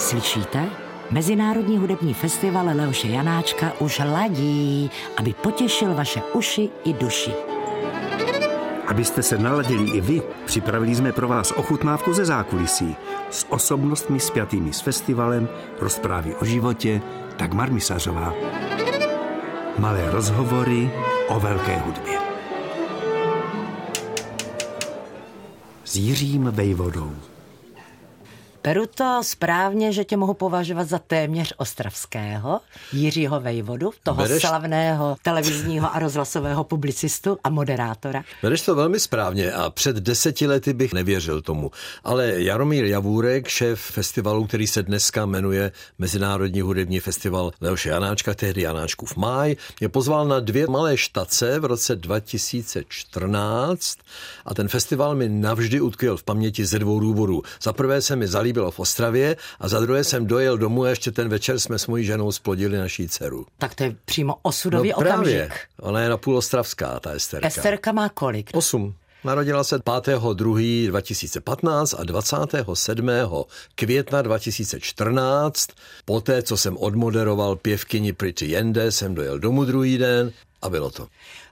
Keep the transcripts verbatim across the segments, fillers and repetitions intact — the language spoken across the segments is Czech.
Slyšíte? Mezinárodní hudební festival Leoše Janáčka už ladí, aby potěšil vaše uši i duši. Abyste se naladili i vy, připravili jsme pro vás ochutnávku ze zákulisí s osobnostmi spjatými s festivalem, rozprávy o životě, Dagmar Misařová. Malé rozhovory o velké hudbě. S Jiřím Vejvodou. Beru to správně, že tě mohu považovat za téměř ostravského Jiřího Vejvodu, toho Bereš... slavného televizního a rozhlasového publicistu a moderátora. Bereš to velmi správně a před deseti lety bych nevěřil tomu. Ale Jaromír Javůrek, šéf festivalu, který se dneska jmenuje Mezinárodní hudební festival Leoše Janáčka, tehdy Janáčkův máj, mě pozval na dvě malé štace v roce dva tisíce čtrnáct a ten festival mi navždy utkvěl v paměti ze dvou důvodů. Za prvé se mi zalíbil bylo v Ostravě a za druhé jsem dojel domů a ještě ten večer jsme s mojí ženou splodili naší dceru. Tak to je přímo osudový no právě. okamžik. Ona je napůl ostravská, ta Esterka. Esterka má kolik? Osm. Narodila se pátého druhého dva tisíce patnáct a dvacátého sedmého května dva tisíce čtrnáct. Poté, co jsem odmoderoval pěvkyni Pretty Jende, jsem dojel domů druhý den a bylo to.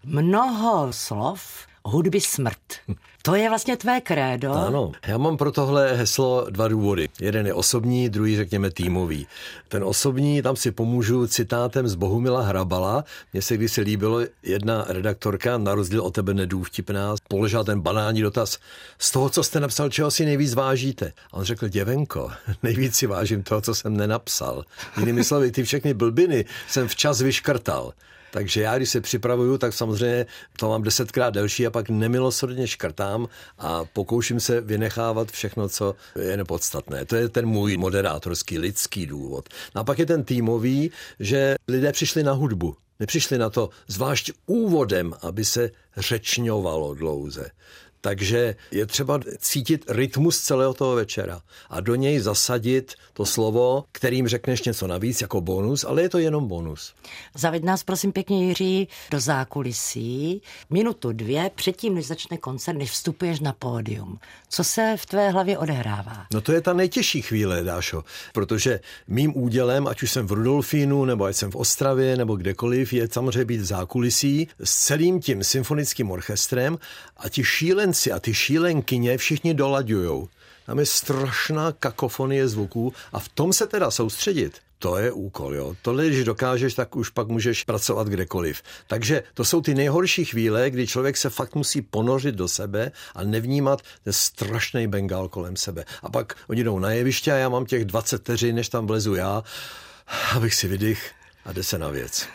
Mnoho slov, hudby smrt. To je vlastně tvé krédo. Ano, já mám pro tohle heslo dva důvody. Jeden je osobní, druhý řekněme týmový. Ten osobní, tam si pomůžu citátem z Bohumila Hrabala. Mně se kdysi líbilo, jedna redaktorka, na rozdíl od tebe nedůvtipná, položila ten banální dotaz. Z toho, co jste napsal, čeho si nejvíc vážíte? A on řekl, děvenko, nejvíc si vážím toho, co jsem nenapsal. Jinými slovy, ty všechny blbiny jsem včas vyškrtal. Takže já, když se připravuju, tak samozřejmě to mám desetkrát delší a pak nemilosrdně škrtám a pokouším se vynechávat všechno, co je nepodstatné. To je ten můj moderátorský, lidský důvod. No a pak je ten týmový, že lidé přišli na hudbu. Nepřišli na to zvlášť úvodem, aby se řečňovalo dlouze. Takže je třeba cítit rytmus celého toho večera a do něj zasadit to slovo, kterým řekneš něco navíc jako bonus, ale je to jenom bonus. Zaveď nás prosím pěkně, Jiří, do zákulisí. Minutu dvě předtím, než začne koncert, než vstupuješ na pódium. Co se v tvé hlavě odehrává? No to je ta nejtěžší chvíle, Dášo, protože mým údělem, ať už jsem v Rudolfínu, nebo ať jsem v Ostravě, nebo kdekoliv, je samozřejmě být v zákulisí s celým tím symfonickým orchestrem a ti šílen a ty šílenkyně všichni dolaďujou. Tam je strašná kakofonie zvuků a v tom se teda soustředit, to je úkol, jo. Tohle, když dokážeš, tak už pak můžeš pracovat kdekoliv. Takže to jsou ty nejhorší chvíle, kdy člověk se fakt musí ponořit do sebe a nevnímat ten strašný bengál kolem sebe. A pak oni jdou na jeviště a já mám těch dvacet vteřin, než tam vlezu já, abych si vydych a jde se na věc.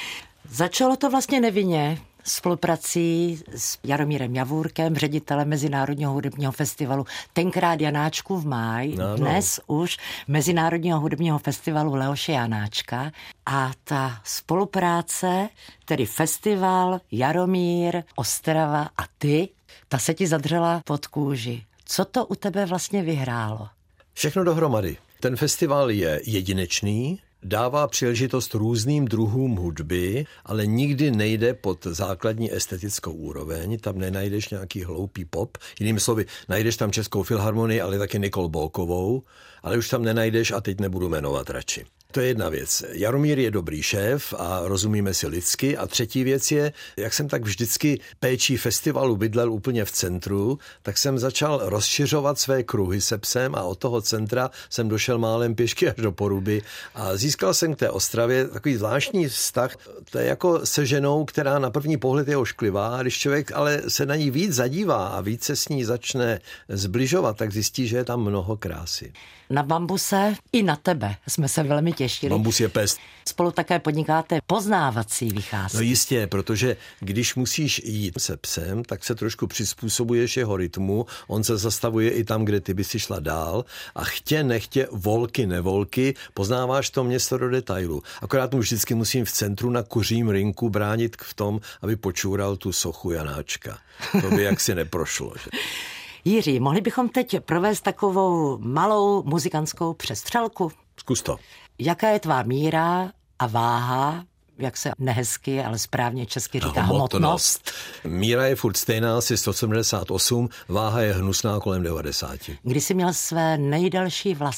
Začalo to vlastně nevinně. Spoluprací s Jaromírem Javůrkem, ředitelem Mezinárodního hudebního festivalu, tenkrát Janáčkův máj, no, no. dnes už Mezinárodního hudebního festivalu Leoše Janáčka. A ta spolupráce, tedy festival, Jaromír, Ostrava a ty, ta se ti zadřela pod kůži. Co to u tebe vlastně vyhrálo? Všechno dohromady. Ten festival je jedinečný, dává příležitost různým druhům hudby, ale nikdy nejde pod základní estetickou úroveň. Tam nenajdeš nějaký hloupý pop. Jinými slovy, najdeš tam Českou filharmonii, ale taky Nikol Bolkovou, ale už tam nenajdeš a teď nebudu jmenovat radši. To je jedna věc. Jaromír je dobrý šéf a rozumíme si lidsky. A třetí věc je, jak jsem tak vždycky péčí festivalu bydlel úplně v centru, tak jsem začal rozšiřovat své kruhy se psem a od toho centra jsem došel málem pěšky až do Poruby a získal jsem k té Ostravě takový zvláštní vztah. To je jako se ženou, která na první pohled je ošklivá, a když člověk ale se na ní víc zadívá a víc se s ní začne zbližovat, tak zjistí, že je tam mnoho krásy. Na Bambuse i na tebe jsme se velmi těšili. Bambus je pest. Spolu také podnikáte poznávací vycházky. No jistě, protože když musíš jít se psem, tak se trošku přizpůsobuješ jeho rytmu, on se zastavuje i tam, kde ty by si šla dál a chtě nechtě, volky nevolky, poznáváš to město do detailu. Akorát mu vždycky musím v centru na kuřím rynku bránit v tom, aby počůral tu sochu Janáčka. To by jaksi neprošlo. Že? Jiří, mohli bychom teď provést takovou malou muzikantskou přestřelku? Zkus to. Jaká je tvá míra a váha, jak se nehezky, ale správně česky říká, hmotnost? hmotnost? Míra je furt stejná, asi sto sedmdesát osm, váha je hnusná kolem devadesát. Kdy jsi měl své nejdelší vlasy?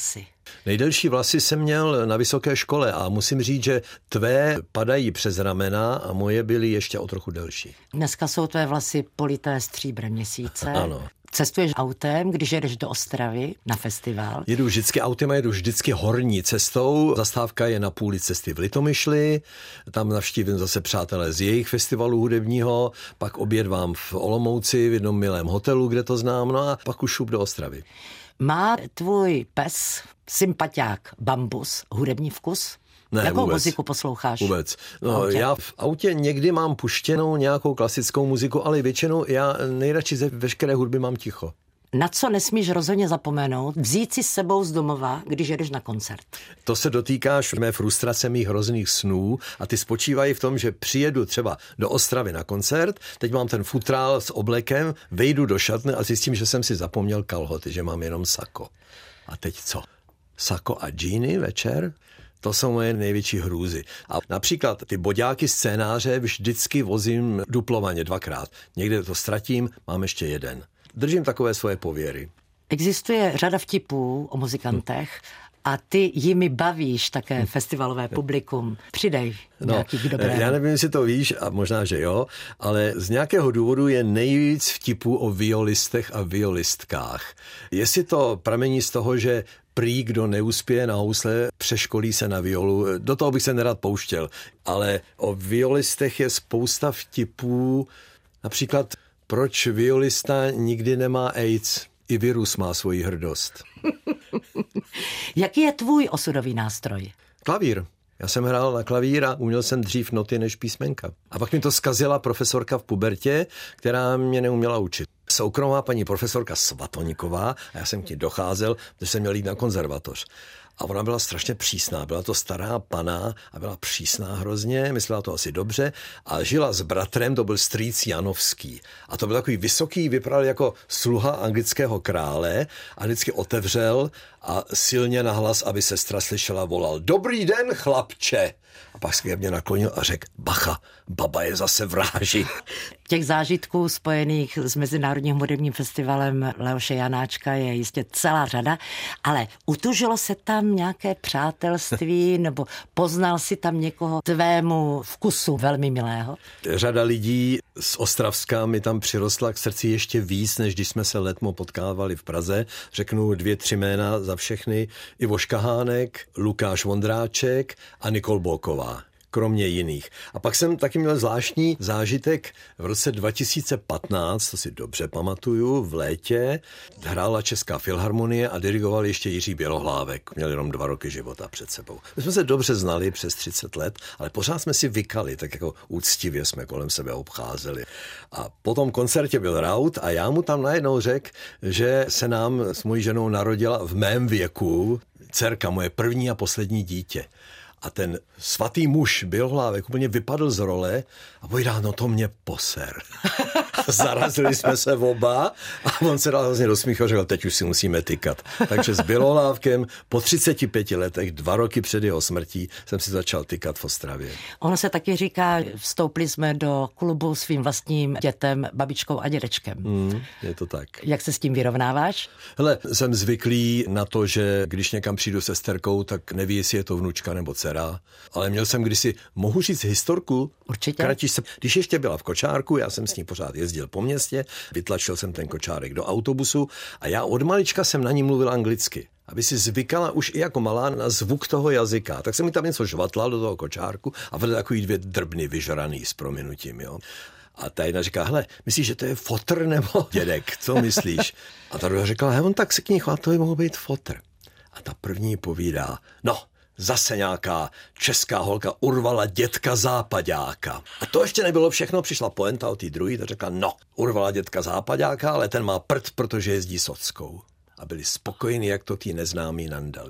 Nejdelší vlasy jsem měl na vysoké škole a musím říct, že tvé padají přes ramena a moje byly ještě o trochu delší. Dneska jsou tvé vlasy polité stříbrem měsíce. Ano. Cestuješ autem, když jedeš do Ostravy na festival? Jedu vždycky autem a jedu vždycky horní cestou. Zastávka je na půli cesty v Litomyšli, tam navštívím zase přátelé z jejich festivalu hudebního, pak obědvám v Olomouci v jednom milém hotelu, kde to znám, no a pak už šup do Ostravy. Má tvůj pes, sympatiák Bambus, hudební vkus? Ne, Jakou vůbec. muziku posloucháš? Vůbec. No, Autě? já v autě někdy mám puštěnou nějakou klasickou muziku, ale většinou já nejradši ze veškeré hudby mám ticho. Na co nesmíš rozhodně zapomenout? Vzít si s sebou z domova, když jedeš na koncert. To se dotýkáš mé frustrace mých hrozných snů a ty spočívají v tom, že přijedu třeba do Ostravy na koncert, teď mám ten futrál s oblekem, vejdu do šatny a zjistím, že jsem si zapomněl kalhoty, že mám jenom sako. A teď co? Sako a džíny večer? To jsou moje největší hrůzy. A například ty boďáky scénáře vždycky vozím duplovaně dvakrát. Někde to ztratím, mám ještě jeden. Držím takové svoje pověry. Existuje řada vtipů o muzikantech a ty jimi bavíš také festivalové publikum. Přidej nějaký k dobrému. Já nevím, jestli to víš, a možná, že jo, ale z nějakého důvodu je nejvíc vtipů o violistech a violistkách. Jestli to pramení z toho, že prý, kdo neuspěje na housle, přeškolí se na violu. Do toho bych se nerad pouštěl. Ale o violistech je spousta vtipů. Například, proč violista nikdy nemá AIDS? I virus má svoji hrdost. Jaký je tvůj osudový nástroj? Klavír. Já jsem hrál na klavír a uměl jsem dřív noty než písmenka. A pak mi to zkazila profesorka v pubertě, která mě neuměla učit. Soukromá paní profesorka Svatoníková, a já jsem k ní docházel, protože jsem měl jít na konzervatoř. A ona byla strašně přísná, byla to stará pana a byla přísná hrozně, myslela to asi dobře a žila s bratrem, to byl strýc Janovský. A to byl takový vysoký, vypadal jako sluha anglického krále a vždycky otevřel a silně nahlas, aby sestra slyšela, volal: Dobrý den, chlapče! A pak se ke mně naklonil a řekl: Bacha, baba je zase v ráži. Těch zážitků spojených s Mezinárodním hudebním festivalem Leoše Janáčka je jistě celá řada, ale utužilo se tam nějaké přátelství nebo poznal si tam někoho tvému vkusu velmi milého? Řada lidí z Ostravska mi tam přirostla k srdci ještě víc, než když jsme se letmo potkávali v Praze. Řeknu dvě, tři jména za všechny. Ivo Škahánek, Lukáš Vondráček a Nikol Bolková. Kromě jiných. A pak jsem taky měl zvláštní zážitek v roce dva tisíce patnáct, to si dobře pamatuju, v létě hrála Česká filharmonie a dirigoval ještě Jiří Bělohlávek. Měl jenom dva roky života před sebou. My jsme se dobře znali přes třicet let, ale pořád jsme si vykali, tak jako úctivě jsme kolem sebe obcházeli. A po tom koncertě byl raut a já mu tam najednou řekl, že se nám s mojí ženou narodila v mém věku dcerka, moje první a poslední dítě. A ten svatý muž Bělohlávek úplně vypadl z role a povídá, no to mě poser. Zarazili jsme se oba a on se dal hrozně do smíchu a řekl, teď už si musíme tykat. Takže s Bělohlávkem po třiceti pěti letech, dva roky před jeho smrtí, jsem si začal tykat v Ostravě. Ono se taky říká, vstoupili jsme do klubu svým vlastním dětem, babičkou a dědečkem. Mm, je to tak. Jak se s tím vyrovnáváš? Hele, jsem zvyklý na to, že když někam přijdu se sesterkou, tak neví, jestli je to vnučka nebo dcera. Ale měl jsem kdysi, mohu říct historku? Určitě. Kratiš se, když ještě byla v kočárku, já jsem s ní pořád jezdil po městě, vytlačil jsem ten kočárek do autobusu a já od malička jsem na ní mluvil anglicky. Aby si zvykala už i jako malá na zvuk toho jazyka. Tak jsem mi tam něco žvatlal do toho kočárku a vedle takový dvě drbny vyžraný s prominutím, jo. A ta jedna říká, hele, myslíš, že to je fotr nebo dědek? Co myslíš? A ta druhá říkala, hele, on tak se k ní chvál, to by mohl být fotr. A ta první povídá, no, zase nějaká česká holka urvala dětka zápaďáka. A to ještě nebylo všechno, přišla poenta od té druhé, ta řekla, no, urvala dětka zápaďáka, ale ten má prd, protože jezdí sockou. A byli spokojení, jak to tý neznámí nandali.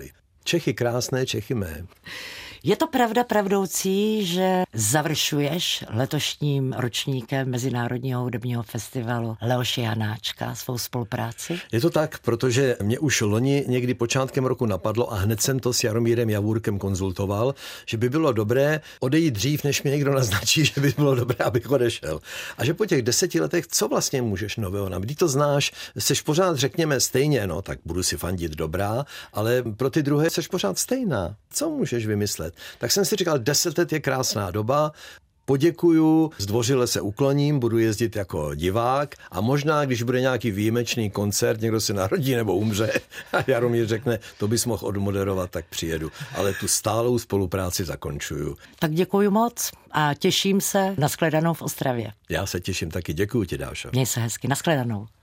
Čechy krásné, Čechy mé. Je to pravda pravdoucí, že završuješ letošním ročníkem Mezinárodního hudebního festivalu Leoše Janáčka svou spolupráci? Je to tak, protože mě už loni někdy počátkem roku napadlo a hned jsem to s Jaromírem Javůrkem konzultoval, že by bylo dobré odejít dřív, než mi někdo naznačí, že by bylo dobré, abych odešel. A že po těch deseti letech, co vlastně můžeš nového nám? Když to znáš, seš pořád, řekněme, stejně, no tak budu si fandit dobrá, ale pro ty druhé seš pořád stejná. Co můžeš vymyslet? Tak jsem si říkal, deset let je krásná doba, poděkuju, zdvořile se ukloním, budu jezdit jako divák a možná, když bude nějaký výjimečný koncert, někdo se narodí nebo umře a Jaromír řekne, to bys mohl odmoderovat, tak přijedu. Ale tu stálou spolupráci zakončuju. Tak děkuju moc a těším se na shledanou v Ostravě. Já se těším taky, děkuju ti, Dášo. Měj se hezky, na shledanou.